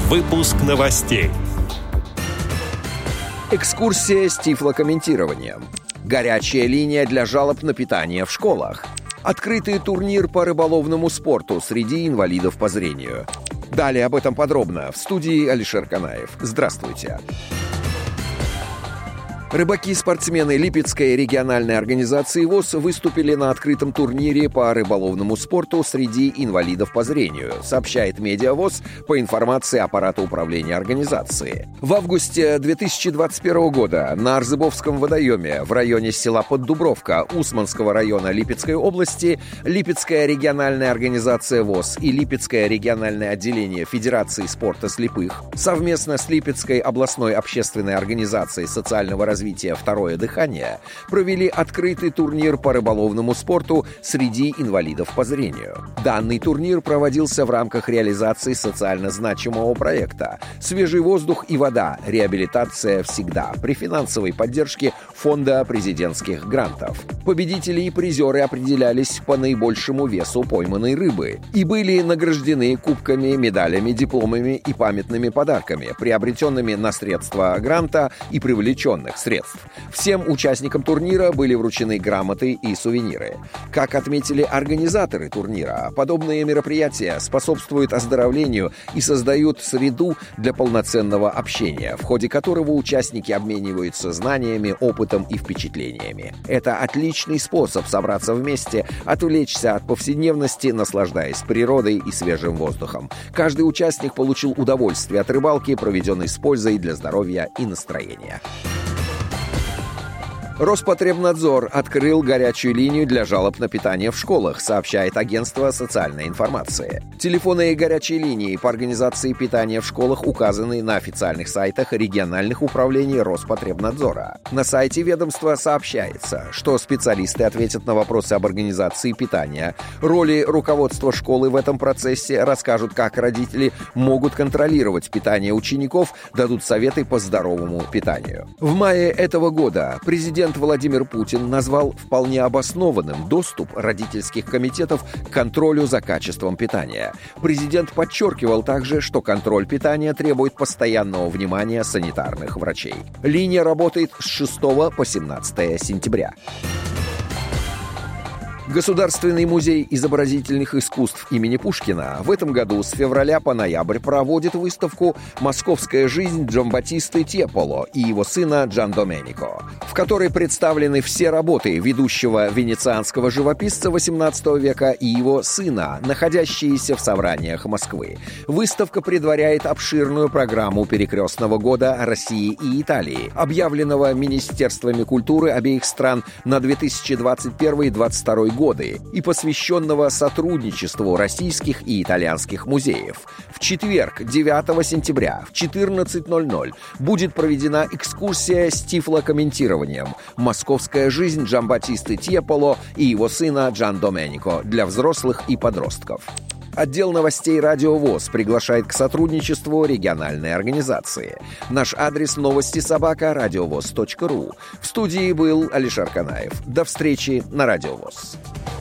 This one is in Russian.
Выпуск новостей. Экскурсия с тифлокомментированием. Горячая линия для жалоб на питание в школах. Открытый турнир по рыболовному спорту среди инвалидов по зрению. Далее об этом подробно в студии Алишер Канаев. Здравствуйте. Рыбаки-спортсмены Липецкой региональной организации ВОС выступили на открытом турнире по рыболовному спорту среди инвалидов по зрению, сообщает Медиавоз по информации аппарата управления организации. В августе 2021 года на Арзыбовском водоеме в районе села Поддубровка Усманского района Липецкой области Липецкая региональная организация ВОС и Липецкое региональное отделение Федерации спорта слепых совместно с Липецкой областной общественной организацией социального развития «Второе дыхание» провели открытый турнир по рыболовному спорту среди инвалидов по зрению. Данный турнир проводился в рамках реализации социально значимого проекта «Свежий воздух и вода. Реабилитация всегда» при финансовой поддержке Фонда президентских грантов. Победители и призеры определялись по наибольшему весу пойманной рыбы и были награждены кубками, медалями, дипломами и памятными подарками, приобретенными на средства гранта и привлеченных средств. Всем участникам турнира были вручены грамоты и сувениры. Как отметили организаторы турнира, подобные мероприятия способствуют оздоровлению и создают среду для полноценного общения, в ходе которого участники обмениваются знаниями, опытом и впечатлениями. Это отличный способ собраться вместе, отвлечься от повседневности, наслаждаясь природой и свежим воздухом. Каждый участник получил удовольствие от рыбалки, проведенной с пользой для здоровья и настроения. Роспотребнадзор открыл горячую линию для жалоб на питание в школах, сообщает агентство социальной информации. Телефоны и горячие линии по организации питания в школах указаны на официальных сайтах региональных управлений Роспотребнадзора. На сайте ведомства сообщается, что специалисты ответят на вопросы об организации питания, роли руководства школы в этом процессе, расскажут, как родители могут контролировать питание учеников, дадут советы по здоровому питанию. В мае этого года президент Владимир Путин назвал вполне обоснованным доступ родительских комитетов к контролю за качеством питания. Президент подчеркивал также, что контроль питания требует постоянного внимания санитарных врачей. Линия работает с 6 по 17 сентября. Государственный музей изобразительных искусств имени Пушкина в этом году с февраля по ноябрь проводит выставку «Московская жизнь Джамбаттисты Тьеполо и его сына Джан-Доменико», в которой представлены все работы ведущего венецианского живописца XVIII века и его сына, находящиеся в собраниях Москвы. Выставка предваряет обширную программу перекрестного года России и Италии, объявленного Министерствами культуры обеих стран на 2021-2022 годы и посвященного сотрудничеству российских и итальянских музеев. В четверг, 9 сентября в 14:00 будет проведена экскурсия с тифлокомментированием «Московская жизнь Джамбаттисты Тьеполо и его сына Джан-Доменико» для взрослых и подростков. Отдел новостей «Радио ВОС» приглашает к сотрудничеству региональной организации. Наш адрес новости@радиовоз.ру. В студии был Алишер Канаев. До встречи на Радио ВОС.